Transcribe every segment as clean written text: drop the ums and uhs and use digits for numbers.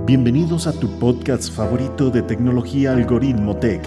Bienvenidos a tu podcast favorito de tecnología Algoritmo Tech.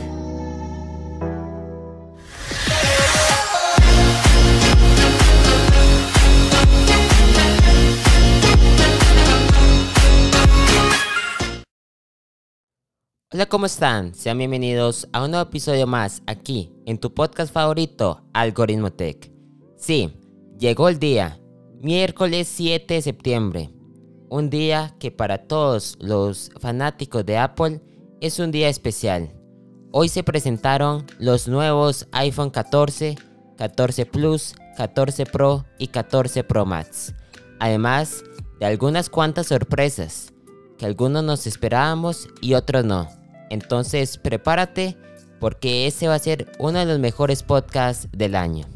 Hola, ¿cómo están? Sean bienvenidos a un nuevo episodio más aquí en tu podcast favorito, Algoritmo Tech. Sí, llegó el día, miércoles 7 de septiembre. Un día que para todos los fanáticos de Apple es un día especial. Hoy se presentaron los nuevos iPhone 14, 14 Plus, 14 Pro y 14 Pro Max. Además de algunas cuantas sorpresas que algunos nos esperábamos y otros no. Entonces prepárate porque ese va a ser uno de los mejores podcasts del año.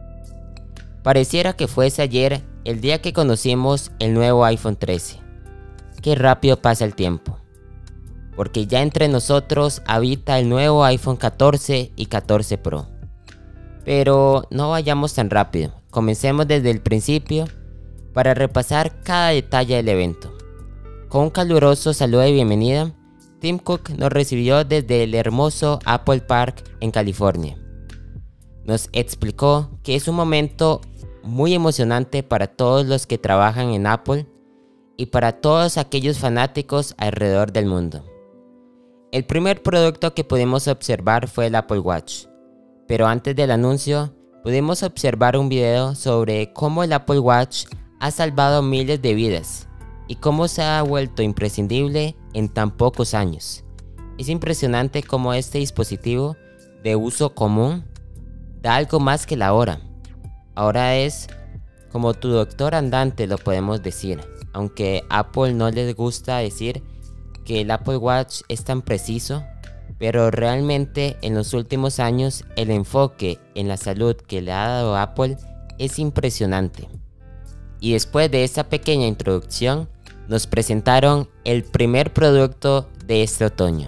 Pareciera que fuese ayer el día que conocimos el nuevo iPhone 13. Qué rápido pasa el tiempo. Porque ya entre nosotros habita el nuevo iPhone 14 y 14 Pro. Pero no vayamos tan rápido. Comencemos desde el principio para repasar cada detalle del evento. Con un caluroso saludo de bienvenida, Tim Cook nos recibió desde el hermoso Apple Park en California. Nos explicó que es un momento muy emocionante para todos los que trabajan en Apple y para todos aquellos fanáticos alrededor del mundo. El primer producto que pudimos observar fue el Apple Watch, pero antes del anuncio pudimos observar un video sobre cómo el Apple Watch ha salvado miles de vidas y cómo se ha vuelto imprescindible en tan pocos años. Es impresionante cómo este dispositivo de uso común da algo más que la hora. Ahora es como tu doctor andante, lo podemos decir, aunque a Apple no les gusta decir que el Apple Watch es tan preciso, pero realmente en los últimos años el enfoque en la salud que le ha dado Apple es impresionante. Y después de esta pequeña introducción, nos presentaron el primer producto de este otoño.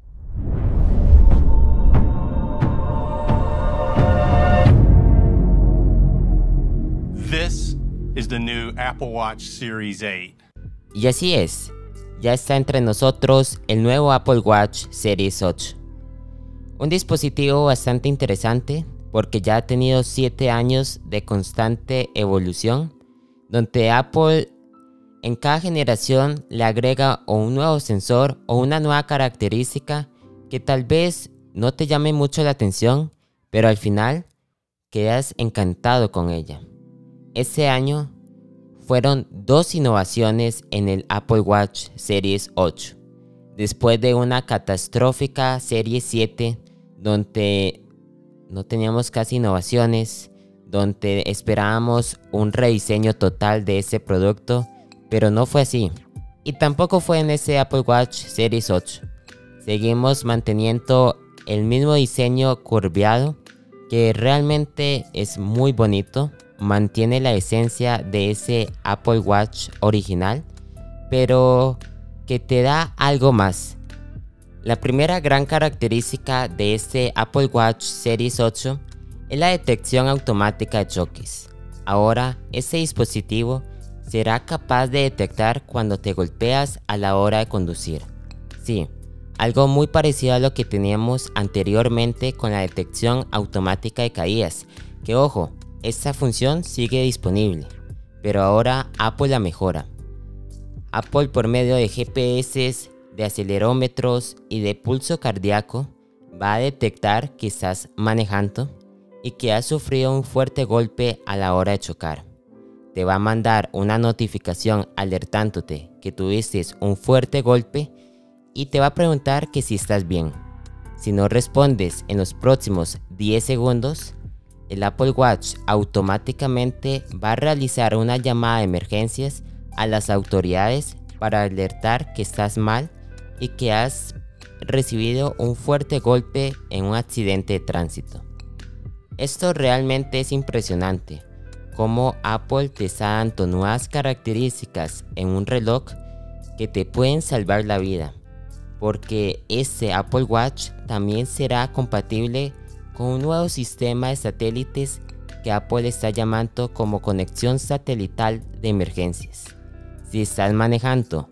This is the new Apple Watch Series 8. Y así es, ya está entre nosotros el nuevo Apple Watch Series 8. Un dispositivo bastante interesante porque ya ha tenido 7 años de constante evolución, donde Apple en cada generación le agrega o un nuevo sensor o una nueva característica que tal vez no te llame mucho la atención, pero al final quedas encantado con ella. Este año fueron 2 innovaciones en el Apple Watch Series 8, después de una catastrófica Serie 7 donde no teníamos casi innovaciones, donde esperábamos un rediseño total de ese producto, pero no fue así. Y tampoco fue en ese Apple Watch Series 8. Seguimos manteniendo el mismo diseño curviado, que realmente es muy bonito. Mantiene la esencia de ese Apple Watch original, pero que te da algo más. La primera gran característica de este Apple Watch Series 8 es la detección automática de choques. Ahora, este dispositivo será capaz de detectar cuando te golpeas a la hora de conducir. Sí, algo muy parecido a lo que teníamos anteriormente con la detección automática de caídas, que ojo, esta función sigue disponible, pero ahora Apple la mejora. Apple, por medio de GPS, de acelerómetros y de pulso cardíaco, va a detectar que estás manejando y que has sufrido un fuerte golpe a la hora de chocar. Te va a mandar una notificación alertándote que tuviste un fuerte golpe y te va a preguntar que si estás bien. Si no respondes en los próximos 10 segundos, el Apple Watch automáticamente va a realizar una llamada de emergencias a las autoridades para alertar que estás mal y que has recibido un fuerte golpe en un accidente de tránsito. Esto realmente es impresionante, cómo Apple te está dando nuevas características en un reloj que te pueden salvar la vida, porque este Apple Watch también será compatible con un nuevo sistema de satélites que Apple está llamando como conexión satelital de emergencias. Si estás manejando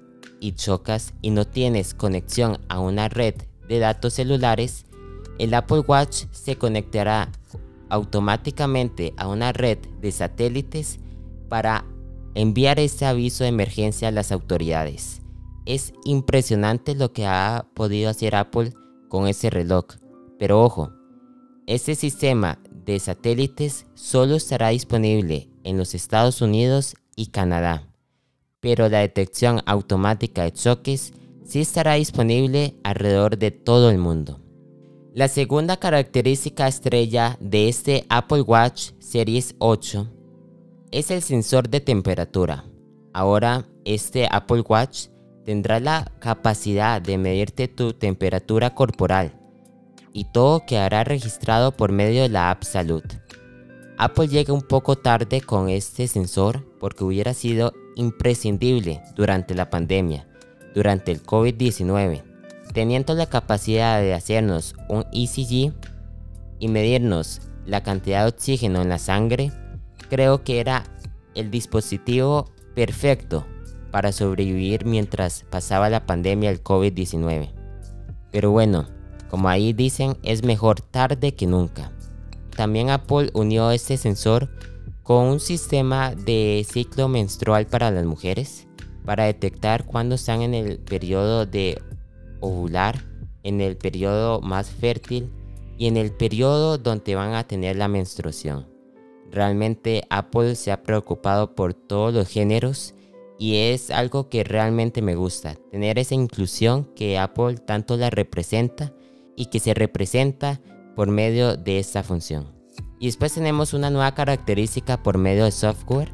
y chocas y no tienes conexión a una red de datos celulares, el Apple Watch se conectará automáticamente a una red de satélites para enviar este aviso de emergencia a las autoridades. Es impresionante lo que ha podido hacer Apple con ese reloj, pero ojo, este sistema de satélites solo estará disponible en los Estados Unidos y Canadá, pero la detección automática de choques sí estará disponible alrededor de todo el mundo. La segunda característica estrella de este Apple Watch Series 8 es el sensor de temperatura. Ahora este Apple Watch tendrá la capacidad de medirte tu temperatura corporal y todo quedará registrado por medio de la app Salud. Apple llega un poco tarde con este sensor porque hubiera sido imprescindible durante la pandemia, durante el COVID-19, teniendo la capacidad de hacernos un ECG y medirnos la cantidad de oxígeno en la sangre. Creo que era el dispositivo perfecto para sobrevivir mientras pasaba la pandemia del COVID-19. Pero bueno, como ahí dicen, es mejor tarde que nunca. También Apple unió este sensor con un sistema de ciclo menstrual para las mujeres, para detectar cuando están en el periodo de ovular, en el periodo más fértil y en el periodo donde van a tener la menstruación. Realmente Apple se ha preocupado por todos los géneros y es algo que realmente me gusta, tener esa inclusión que Apple tanto la representa y que se representa por medio de esta función. Y después tenemos una nueva característica por medio de software,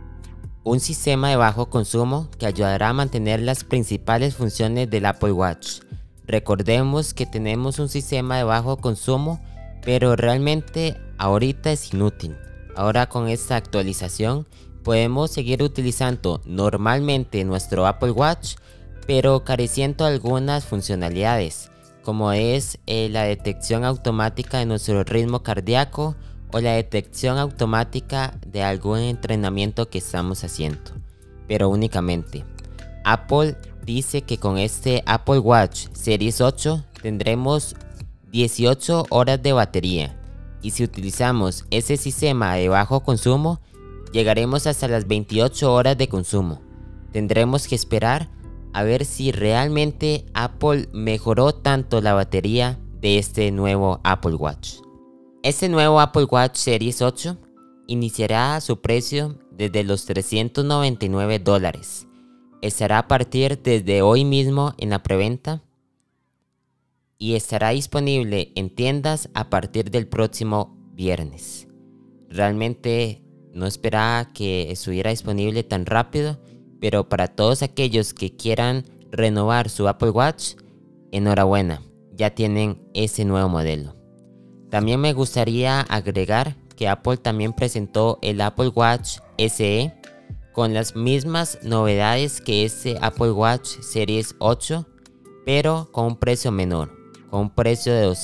un sistema de bajo consumo que ayudará a mantener las principales funciones del Apple Watch. Recordemos que tenemos un sistema de bajo consumo, pero realmente ahorita es inútil. Ahora con esta actualización podemos seguir utilizando normalmente nuestro Apple Watch, pero careciendo de algunas funcionalidades, como es la detección automática de nuestro ritmo cardíaco o la detección automática de algún entrenamiento que estamos haciendo, pero únicamente. Apple dice que con este Apple Watch Series 8 tendremos 18 horas de batería, y si utilizamos ese sistema de bajo consumo, llegaremos hasta las 28 horas de consumo. Tendremos que esperar a ver si realmente Apple mejoró tanto la batería de este nuevo Apple Watch. Este nuevo Apple Watch Series 8 iniciará su precio desde los $399. Estará a partir desde hoy mismo en la preventa y estará disponible en tiendas a partir del próximo viernes. Realmente no esperaba que estuviera disponible tan rápido, pero para todos aquellos que quieran renovar su Apple Watch, enhorabuena, ya tienen ese nuevo modelo. También me gustaría agregar que Apple también presentó el Apple Watch SE con las mismas novedades que este Apple Watch Series 8, pero con un precio menor, con un precio de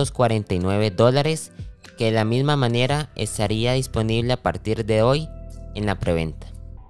$249, que de la misma manera estaría disponible a partir de hoy en la preventa.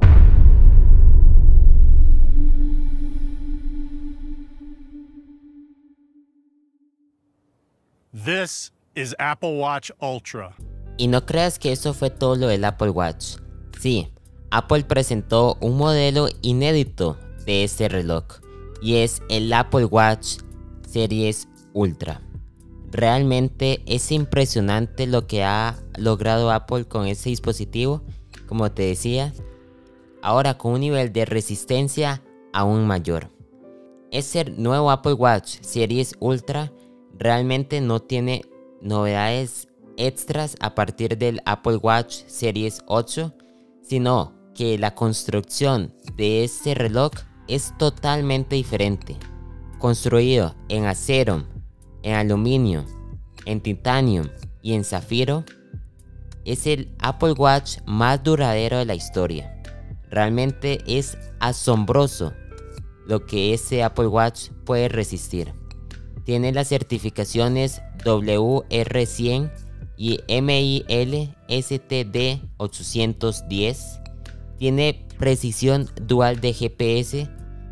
This is Apple Watch Ultra. Y no creas que eso fue todo lo del Apple Watch. Sí, Apple presentó un modelo inédito de este reloj y es el Apple Watch Series Ultra. Realmente es impresionante lo que ha logrado Apple con este dispositivo, como te decía, ahora con un nivel de resistencia aún mayor. Este nuevo Apple Watch Series Ultra realmente no tiene novedades extras a partir del Apple Watch Series 8, sino que la construcción de este reloj es totalmente diferente. Construido en acero, en aluminio, en titanio y en zafiro, es el Apple Watch más duradero de la historia. Realmente es asombroso lo que este Apple Watch puede resistir. Tiene las certificaciones WR100 y MIL STD 810. Tiene precisión dual de GPS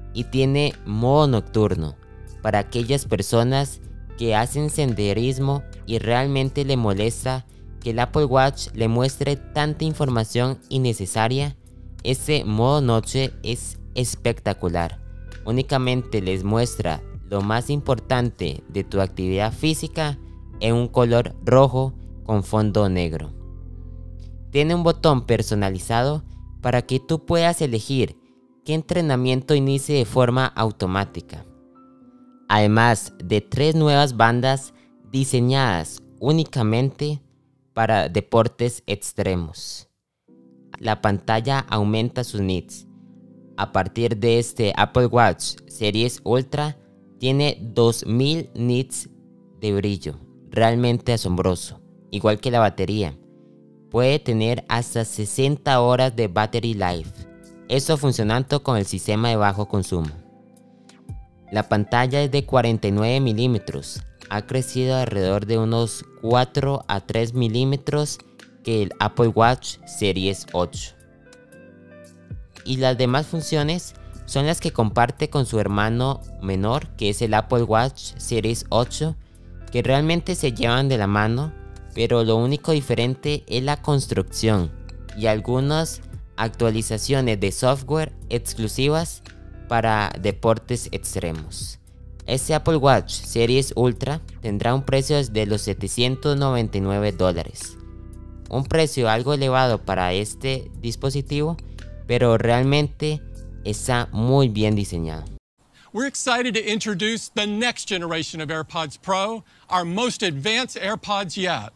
y tiene modo nocturno para aquellas personas que hacen senderismo y realmente le molesta que el Apple Watch le muestre tanta información innecesaria. Ese modo noche es espectacular. Únicamente les muestra lo más importante de tu actividad física en un color rojo con fondo negro. Tiene un botón personalizado para que tú puedas elegir qué entrenamiento inicie de forma automática. Además de 3 nuevas bandas diseñadas únicamente para deportes extremos. La pantalla aumenta sus nits. A partir de este Apple Watch Series Ultra tiene 2000 nits de brillo, realmente asombroso, igual que la batería. Puede tener hasta 60 horas de battery life, eso funcionando con el sistema de bajo consumo. La pantalla es de 49 milímetros, ha crecido alrededor de unos 4 a 3 milímetros que el Apple Watch Series 8. Y las demás funciones son las que comparte con su hermano menor, que es el Apple Watch Series 8, que realmente se llevan de la mano, pero lo único diferente es la construcción y algunas actualizaciones de software exclusivas para deportes extremos. Este Apple Watch Series Ultra tendrá un precio de los $799, un precio algo elevado para este dispositivo, pero realmente está muy bien diseñado. We're excited to introduce the next generation of AirPods Pro, our most advanced AirPods yet.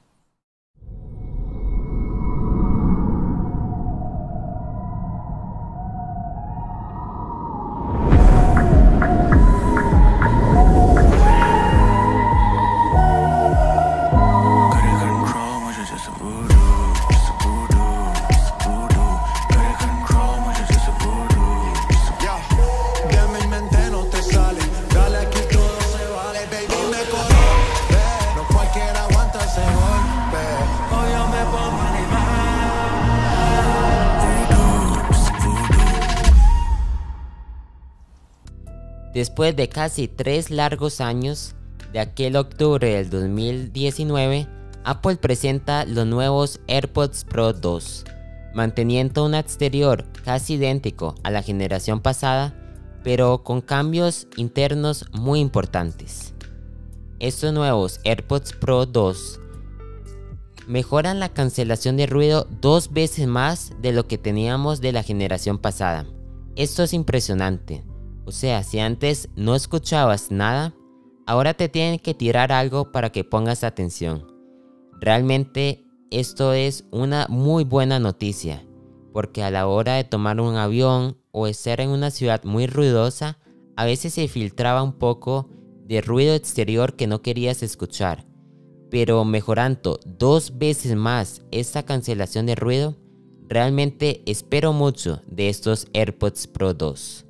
Después de casi 3 largos años, de aquel octubre del 2019, Apple presenta los nuevos AirPods Pro 2, manteniendo un exterior casi idéntico a la generación pasada, pero con cambios internos muy importantes. Estos nuevos AirPods Pro 2 mejoran la cancelación de ruido 2 veces más de lo que teníamos de la generación pasada. Esto es impresionante. O sea, si antes no escuchabas nada, ahora te tienen que tirar algo para que pongas atención. Realmente esto es una muy buena noticia, porque a la hora de tomar un avión o estar en una ciudad muy ruidosa, a veces se filtraba un poco de ruido exterior que no querías escuchar. Pero mejorando 2 veces más esta cancelación de ruido, realmente espero mucho de estos AirPods Pro 2.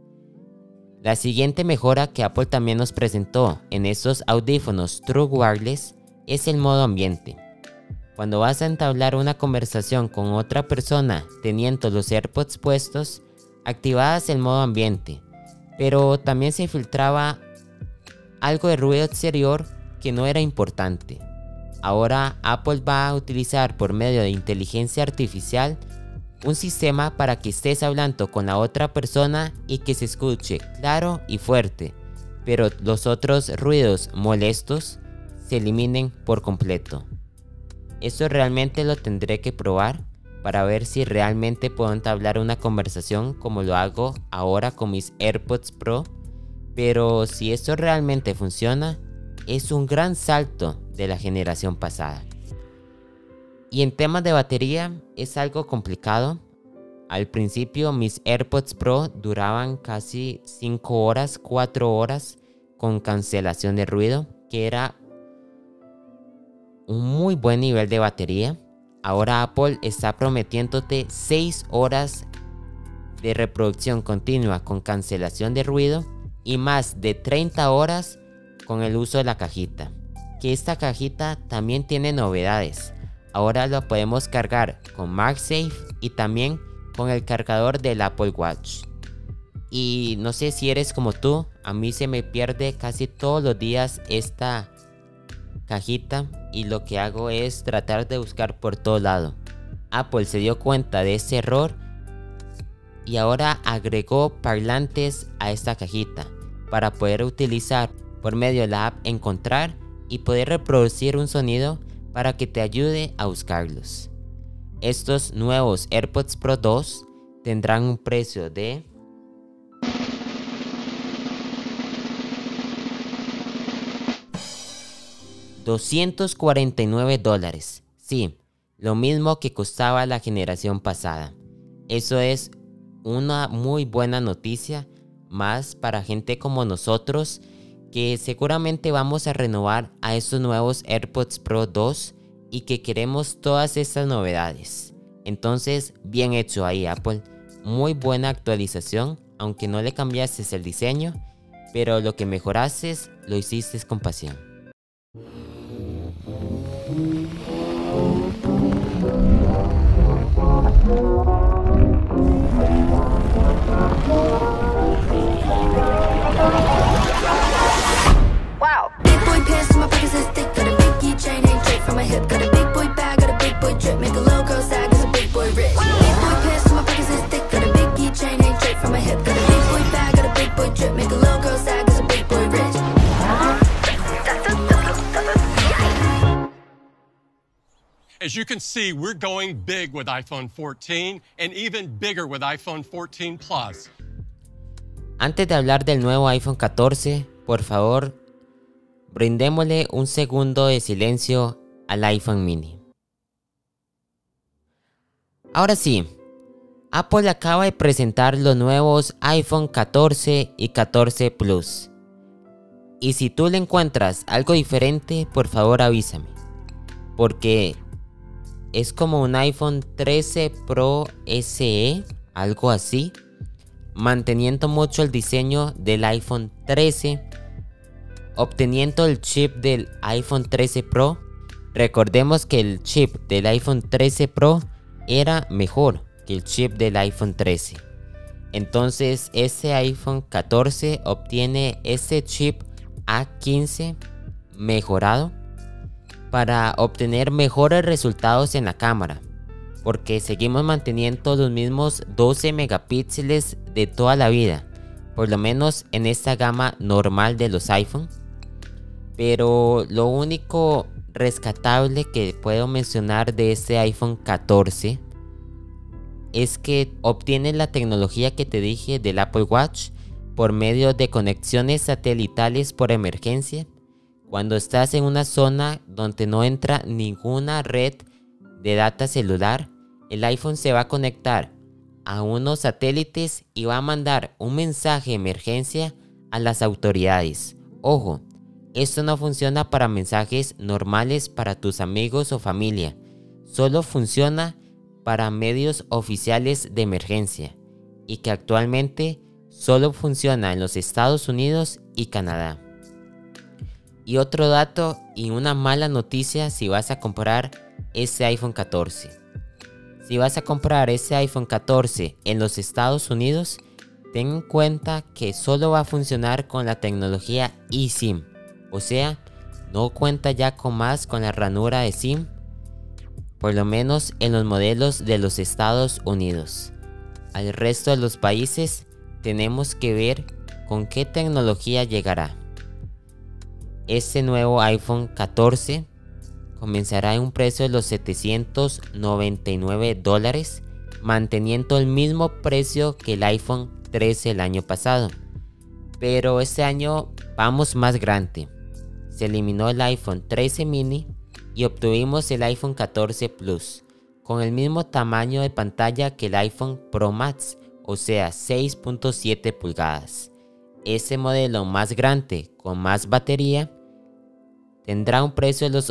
La siguiente mejora que Apple también nos presentó en estos audífonos True Wireless es el modo ambiente. Cuando vas a entablar una conversación con otra persona teniendo los AirPods puestos, activabas el modo ambiente, pero también se filtraba algo de ruido exterior que no era importante. Ahora Apple va a utilizar por medio de inteligencia artificial un sistema para que estés hablando con la otra persona y que se escuche claro y fuerte, pero los otros ruidos molestos se eliminen por completo. Esto realmente lo tendré que probar para ver si realmente puedo entablar una conversación como lo hago ahora con mis AirPods Pro, pero si esto realmente funciona, es un gran salto de la generación pasada. Y en temas de batería es algo complicado. Al principio mis AirPods Pro duraban casi 5 horas, 4 horas con cancelación de ruido, que era un muy buen nivel de batería. Ahora Apple está prometiéndote 6 horas de reproducción continua con cancelación de ruido y más de 30 horas con el uso de la cajita. Que esta cajita también tiene novedades. Ahora lo podemos cargar con MagSafe y también con el cargador del Apple Watch. Y no sé si eres como tú, a mí se me pierde casi todos los días esta cajita y lo que hago es tratar de buscar por todo lado. Apple se dio cuenta de ese error y ahora agregó parlantes a esta cajita para poder utilizar por medio de la app Encontrar y poder reproducir un sonido para que te ayude a buscarlos. Estos nuevos AirPods Pro 2 tendrán un precio de $249. Sí, lo mismo que costaba la generación pasada. Eso es una muy buena noticia, más para gente como nosotros que seguramente vamos a renovar a estos nuevos AirPods Pro 2 y que queremos todas estas novedades. Entonces, bien hecho ahí, Apple. Muy buena actualización, aunque no le cambiaste el diseño, pero lo que mejoraste lo hiciste con pasión. Wow. Big boy pants in my pockets is thick, got a big key chain hang straight from my hip, got a big boy bag, got a big boy drip, make a little girl sad 'cause a big boy rich. Big boy pants in my pockets is thick, got a big key chain hang straight from my hip, got a big boy bag, got a big boy drip, make a little girl sad 'cause a big boy rich. As you can see, we're going big with iPhone 14 and even bigger with iPhone 14 Plus. Antes de hablar del nuevo iPhone 14, por favor, brindémosle un segundo de silencio al iPhone mini. Ahora sí, Apple acaba de presentar los nuevos iPhone 14 y 14 Plus. Y si tú le encuentras algo diferente, por favor avísame. Porque es como un iPhone 13 Pro SE, algo así, manteniendo mucho el diseño del iPhone 13, obteniendo el chip del iPhone 13 Pro. Recordemos que el chip del iPhone 13 Pro era mejor que el chip del iPhone 13. Entonces ese iPhone 14 obtiene ese chip A15 mejorado para obtener mejores resultados en la cámara, porque seguimos manteniendo los mismos 12 megapíxeles de toda la vida, por lo menos en esta gama normal de los iPhone. Pero lo único rescatable que puedo mencionar de este iPhone 14 es que obtiene la tecnología que te dije del Apple Watch por medio de conexiones satelitales por emergencia. Cuando estás en una zona donde no entra ninguna red de data celular, el iPhone se va a conectar a unos satélites y va a mandar un mensaje de emergencia a las autoridades. Ojo, esto no funciona para mensajes normales para tus amigos o familia. Solo funciona para medios oficiales de emergencia y que actualmente solo funciona en los Estados Unidos y Canadá. Y otro dato y una mala noticia si vas a comprar ese iPhone 14. Si vas a comprar ese iPhone 14 en los Estados Unidos, ten en cuenta que solo va a funcionar con la tecnología eSIM. O sea, no cuenta ya con la ranura de SIM, por lo menos en los modelos de los Estados Unidos. Al resto de los países tenemos que ver con qué tecnología llegará. Este nuevo iPhone 14 comenzará en un precio de los $799, manteniendo el mismo precio que el iPhone 13 el año pasado. Pero este año vamos más grande. Se eliminó el iPhone 13 mini y obtuvimos el iPhone 14 Plus, con el mismo tamaño de pantalla que el iPhone Pro Max, o sea 6.7 pulgadas. Este modelo más grande con más batería tendrá un precio de los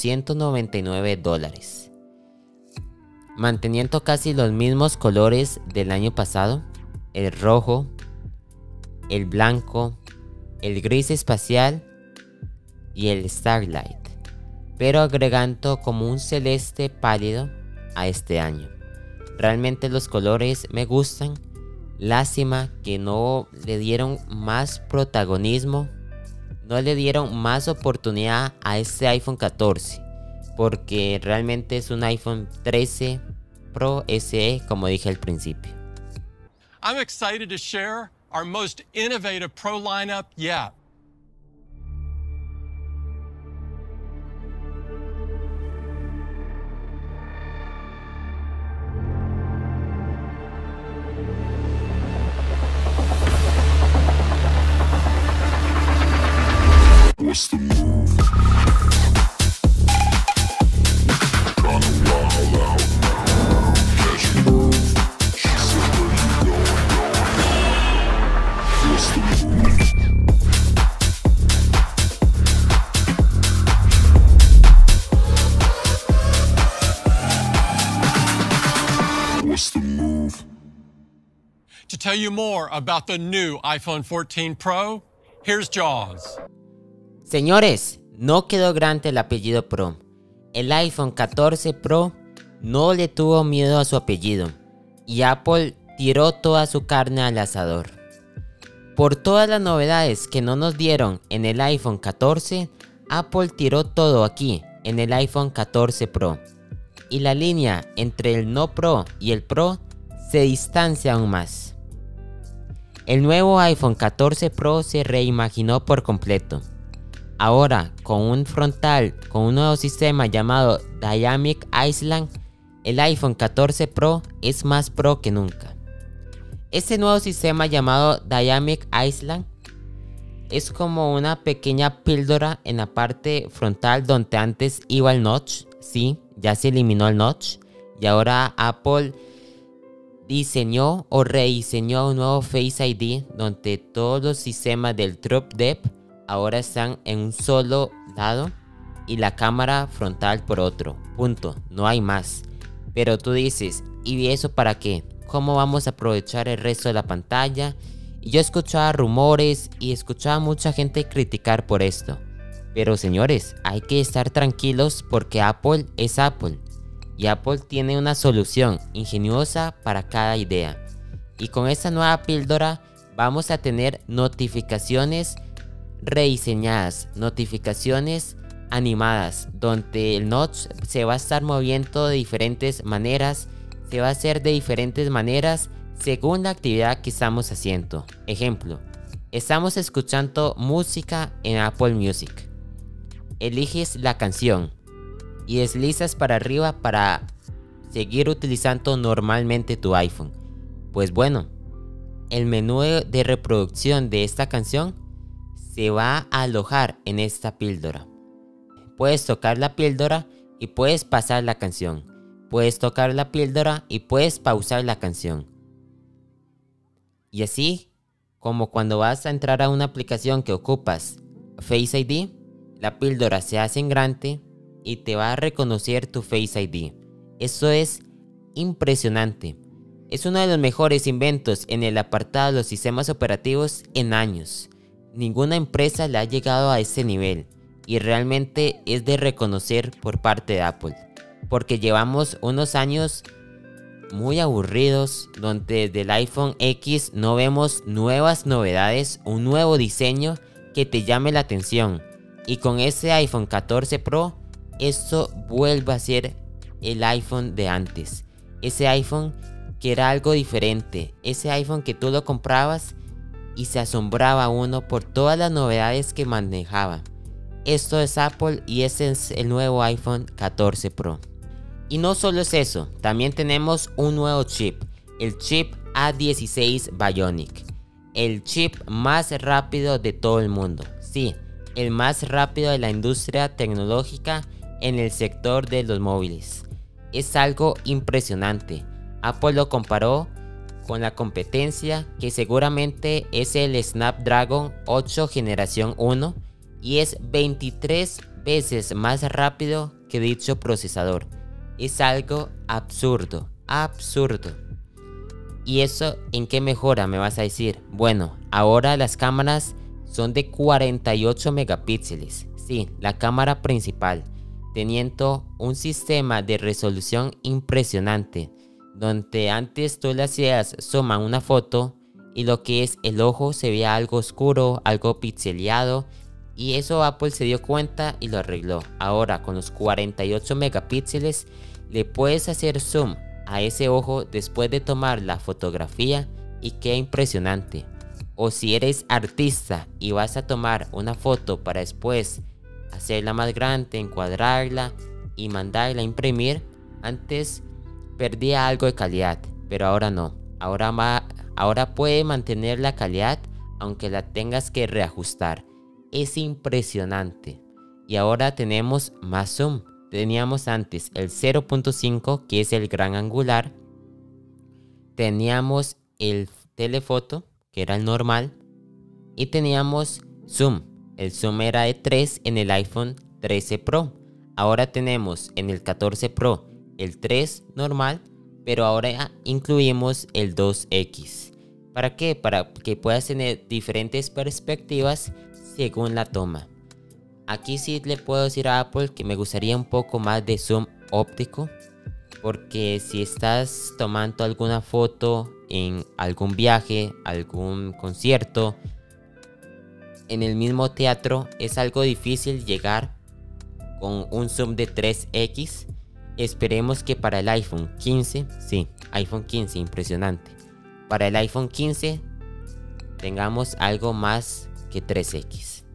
$899, manteniendo casi los mismos colores del año pasado: el rojo, el blanco, el gris espacial y el Starlight, pero agregando como un celeste pálido a este año. Realmente los colores me gustan. Lástima que no le dieron más protagonismo, no le dieron más oportunidad a este iPhone 14, porque realmente es un iPhone 13 Pro SE, como dije al principio. I'm excited to share our most innovative Pro lineup yet. What's the move? Tryna wild out. Catch your move. She said, where you going? What's the move? What's the move? To tell you more about the new iPhone 14 Pro, here's Jaws. Señores, no quedó grande el apellido Pro. El iPhone 14 Pro no le tuvo miedo a su apellido y Apple tiró toda su carne al asador. Por todas las novedades que no nos dieron en el iPhone 14, Apple tiró todo aquí en el iPhone 14 Pro. Y la línea entre el no Pro y el Pro se distancia aún más. El nuevo iPhone 14 Pro se reimaginó por completo. Ahora, con un frontal con un nuevo sistema llamado Dynamic Island, el iPhone 14 Pro es más pro que nunca. Este nuevo sistema llamado Dynamic Island es como una pequeña píldora en la parte frontal donde antes iba el notch. Sí, ya se eliminó el notch y ahora Apple diseñó o rediseñó un nuevo Face ID donde todos los sistemas del TrueDepth ahora están en un solo lado y la cámara frontal por otro. Punto, no hay más. Pero tú dices, ¿y eso para qué? ¿Cómo vamos a aprovechar el resto de la pantalla? Y yo escuchaba rumores y escuchaba mucha gente criticar por esto. Pero señores, hay que estar tranquilos porque Apple es Apple. Y Apple tiene una solución ingeniosa para cada idea. Y con esta nueva píldora vamos a tener notificaciones rediseñadas, notificaciones animadas, donde el notch se va a estar moviendo de diferentes maneras, se va a hacer de diferentes maneras según la actividad que estamos haciendo. Ejemplo, estamos escuchando música en Apple Music. Eliges la canción y deslizas para arriba para seguir utilizando normalmente tu iPhone. Pues bueno, el menú de reproducción de esta canción se va a alojar en esta píldora. Puedes tocar la píldora y puedes pasar la canción. Puedes tocar la píldora y puedes pausar la canción. Y así como cuando vas a entrar a una aplicación que ocupas Face ID, la píldora se hace en grande y te va a reconocer tu Face ID. Eso es impresionante. Es uno de los mejores inventos en el apartado de los sistemas operativos en años. Ninguna empresa le ha llegado a ese nivel y realmente es de reconocer por parte de Apple, porque llevamos unos años muy aburridos donde desde el iPhone X no vemos nuevas novedades, un nuevo diseño que te llame la atención, y con ese iPhone 14 Pro esto vuelve a ser el iPhone de antes, ese iPhone que era algo diferente, ese iPhone que tú lo comprabas y se asombraba uno por todas las novedades que manejaba. Esto es Apple y ese es el nuevo iPhone 14 Pro. Y no solo es eso, también tenemos un nuevo chip, el chip A16 Bionic, el chip más rápido de todo el mundo. Sí, el más rápido de la industria tecnológica en el sector de los móviles. Es algo impresionante. Apple lo comparó con la competencia, que seguramente es el Snapdragon 8 generación 1 y es 23 veces más rápido que dicho procesador. Es algo absurdo, absurdo. ¿Y eso en qué mejora, me vas a decir? Bueno, ahora las cámaras son de 48 megapíxeles. Sí, la cámara principal, teniendo un sistema de resolución impresionante donde antes tú le hacías zoom a una foto y lo que es el ojo se veía algo oscuro, algo pixeleado, y eso Apple se dio cuenta y lo arregló. Ahora con los 48 megapíxeles le puedes hacer zoom a ese ojo después de tomar la fotografía y queda impresionante. O si eres artista y vas a tomar una foto para después hacerla más grande, encuadrarla y mandarla a imprimir, antes perdía algo de calidad, pero ahora no. Ahora puede mantener la calidad aunque la tengas que reajustar. Es impresionante. Y ahora tenemos más zoom. Teníamos antes el 0.5, que es el gran angular. Teníamos el telefoto, que era el normal. Y teníamos zoom. El zoom era de 3 en el iPhone 13 Pro. Ahora tenemos en el 14 Pro el 3 normal, pero ahora incluimos el 2X. ¿Para qué? Para que puedas tener diferentes perspectivas según la toma. Aquí sí le puedo decir a Apple que me gustaría un poco más de zoom óptico, porque si estás tomando alguna foto en algún viaje, algún concierto, en el mismo teatro, es algo difícil llegar con un zoom de 3X. Esperemos que para el iPhone 15, sí, iPhone 15, impresionante. Para el iPhone 15 tengamos algo más que 3X.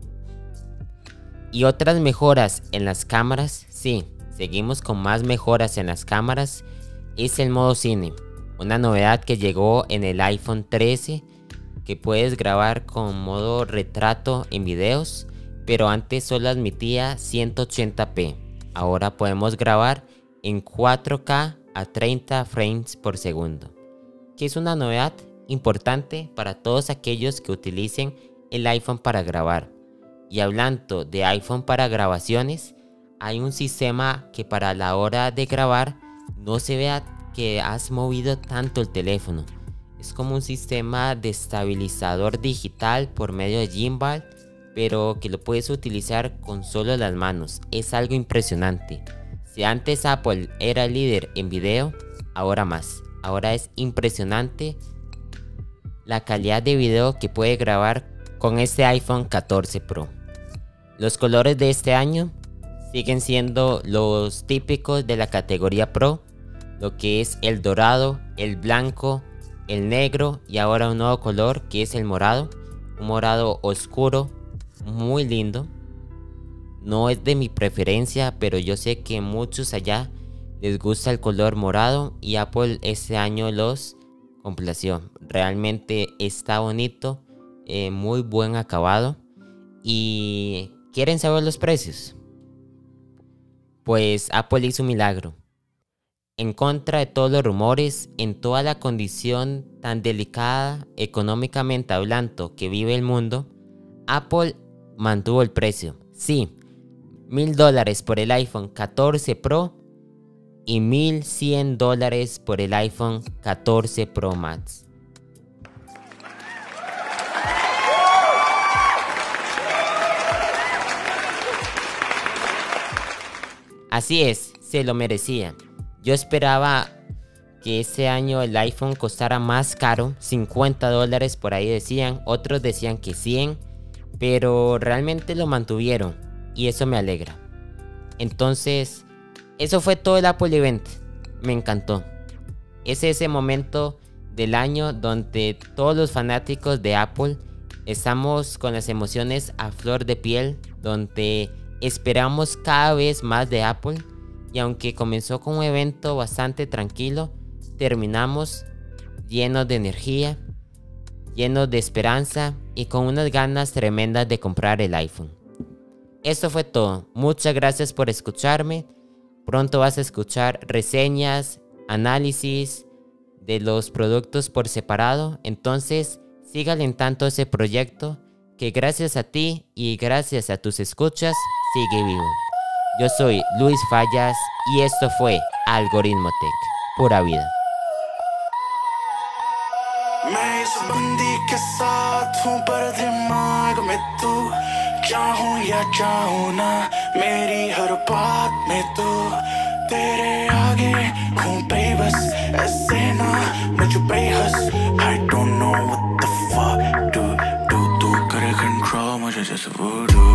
Y otras mejoras en las cámaras, sí, seguimos con más mejoras en las cámaras. Es el modo cine, una novedad que llegó en el iPhone 13, que puedes grabar con modo retrato en videos, pero antes solo admitía 180p. Ahora podemos grabar en 4K a 30 frames por segundo, que es una novedad importante para todos aquellos que utilicen el iPhone para grabar. Y hablando de iPhone para grabaciones, hay un sistema que para la hora de grabar no se vea que has movido tanto el teléfono. Es como un sistema de estabilizador digital por medio de gimbal, pero que lo puedes utilizar con solo las manos. Es algo impresionante. Si antes Apple era el líder en video, ahora más. Ahora es impresionante la calidad de video que puede grabar con este iPhone 14 Pro. Los colores de este año siguen siendo los típicos de la categoría Pro, lo que es el dorado, el blanco, el negro y ahora un nuevo color que es el morado. Un morado oscuro, muy lindo. No es de mi preferencia, pero yo sé que muchos allá les gusta el color morado y Apple este año los complació. Realmente está bonito, muy buen acabado. ¿Y quieren saber los precios? Pues Apple hizo un milagro. En contra de todos los rumores, en toda la condición tan delicada económicamente hablando que vive el mundo, Apple mantuvo el precio. Sí, $1,000 por el iPhone 14 Pro y $1,100 por el iPhone 14 Pro Max. Así es, se lo merecía. Yo esperaba que ese año el iPhone costara más caro, $50 por ahí decían, otros decían que 100, pero realmente lo mantuvieron y eso me alegra. Entonces, eso fue todo el Apple Event, me encantó. Es ese momento del año donde todos los fanáticos de Apple estamos con las emociones a flor de piel, donde esperamos cada vez más de Apple. Y aunque comenzó con un evento bastante tranquilo, terminamos llenos de energía, llenos de esperanza y con unas ganas tremendas de comprar el iPhone. Esto fue todo. Muchas gracias por escucharme. Pronto vas a escuchar reseñas, análisis de los productos por separado. Entonces, siga alentando ese proyecto que gracias a ti y gracias a tus escuchas sigue vivo. Yo soy Luis Fallas y esto fue Algoritmo Tech, pura vida. मैं इस बंदी के साथ हूँ पर दिमाग में तू चाहूँ या चाहूँ ना मेरी हर बात में तू तेरे आगे हूँ बेबस ऐसे ना मुझ पे हंस I don't know what the fuck do तू करे control मुझे जैसे voodoo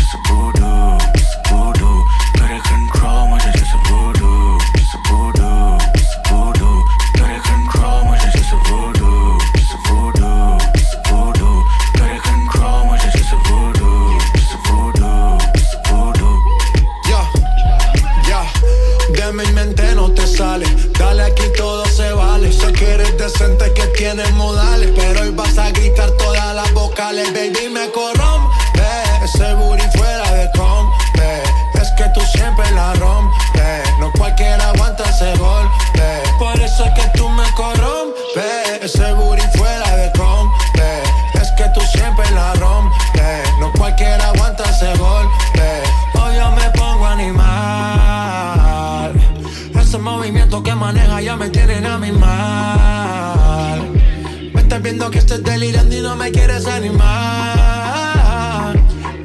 करे control मुझे जैसे voodoo करे control मुझे जैसे voodoo करे control मुझे जैसे voodoo de mi mente no te sale. Dale, aquí todo se vale. Sé que eres decente, que tienes modales, pero hoy vas a gritar todas las vocales. Baby, me corrompe ese booty fuera de compe. Es que tú siempre la rompes. No cualquiera aguanta ese golpe. Por eso es que tú me corrompes. Ese booty fuera de compe. Es que tú siempre la rompes. No cualquiera aguanta ese golpe. Hoy yo me pongo animal. Ese movimiento que maneja ya me tienen a mi mal. Me estás viendo que estoy delirando y no me quieres animar.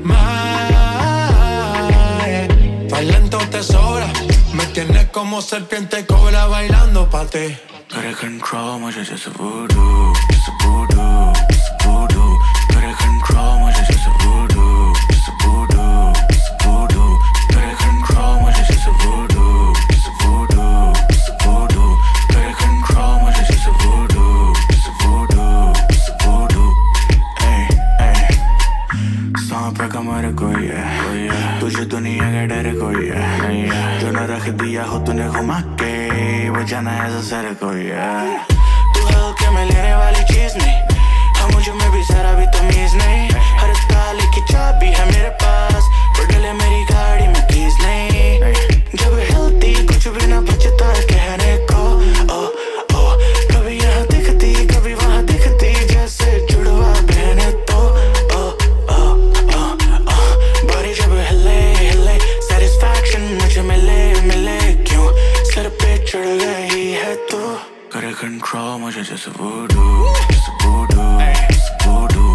Talento te sobra. Me tienes como serpiente y cobra bailando pa' ti. Got control, muchas just a voodoo. Just a voodoo, just a voodoo. Got control, muchas just a voodoo. Just a voodoo, just a voodoo. Got control, muchas just a voodoo. Just a voodoo, just a voodoo. Got control, muchas just a voodoo. Just a voodoo, just a voodoo. Hey, hey. Song पे कमर कोई है, तुझे दुनिया का डर कोई है. जो न रख दिया हो तूने घुमा के, वो जाना है सर कोई है. तू है के मैं लेने वाली चीज नहीं, हाँ मुझे में भी जरा भी तमीज नहीं. हर ताले की चाबी है मेरे पास, पर डले मेरी गाड़ी में कीज नहीं. जब हिलती कुछ भी ना बचता है कहने को. ओ ओ कभी यहाँ दिखती कभी वहाँ दिखती, जैसे जुड़वा बहने तो. ओ ओ ओ ओ बॉडी जब हिले हिले, सेटिस्फैक्शन मुझे मिले मिले. क्यों सर पे चढ़ गई है तो. करे कंट्रोल मुझे जैसे voodoo, just a voodoo, just a voodoo.